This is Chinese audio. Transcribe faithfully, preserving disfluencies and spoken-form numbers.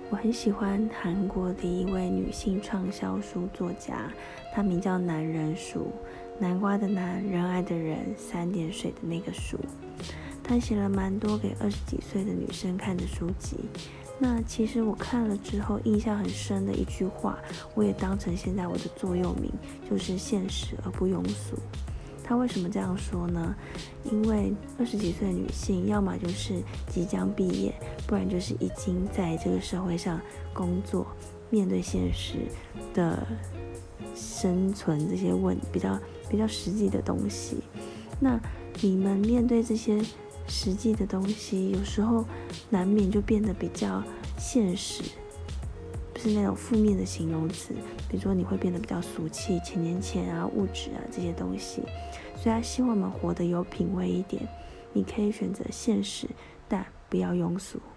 我很喜欢韩国的一位女性畅销书作家，她名叫南人淑，南瓜的南，仁爱的仁，三点水的那个淑。她写了蛮多给二十几岁的女生看的书籍。那其实我看了之后印象很深的一句话，我也当成现在我的座右铭，就是现实而不庸俗。他为什么这样说呢？因为二十几岁的女性，要么就是即将毕业，不然就是已经在这个社会上工作，面对现实的生存这些问比较比较实际的东西。那你们面对这些实际的东西，有时候难免就变得比较现实，不是那种负面的形容词，比如说你会变得比较俗气，钱钱钱啊，物质啊这些东西。所以他希望我们活得有品味一点，你可以选择现实，但不要庸俗。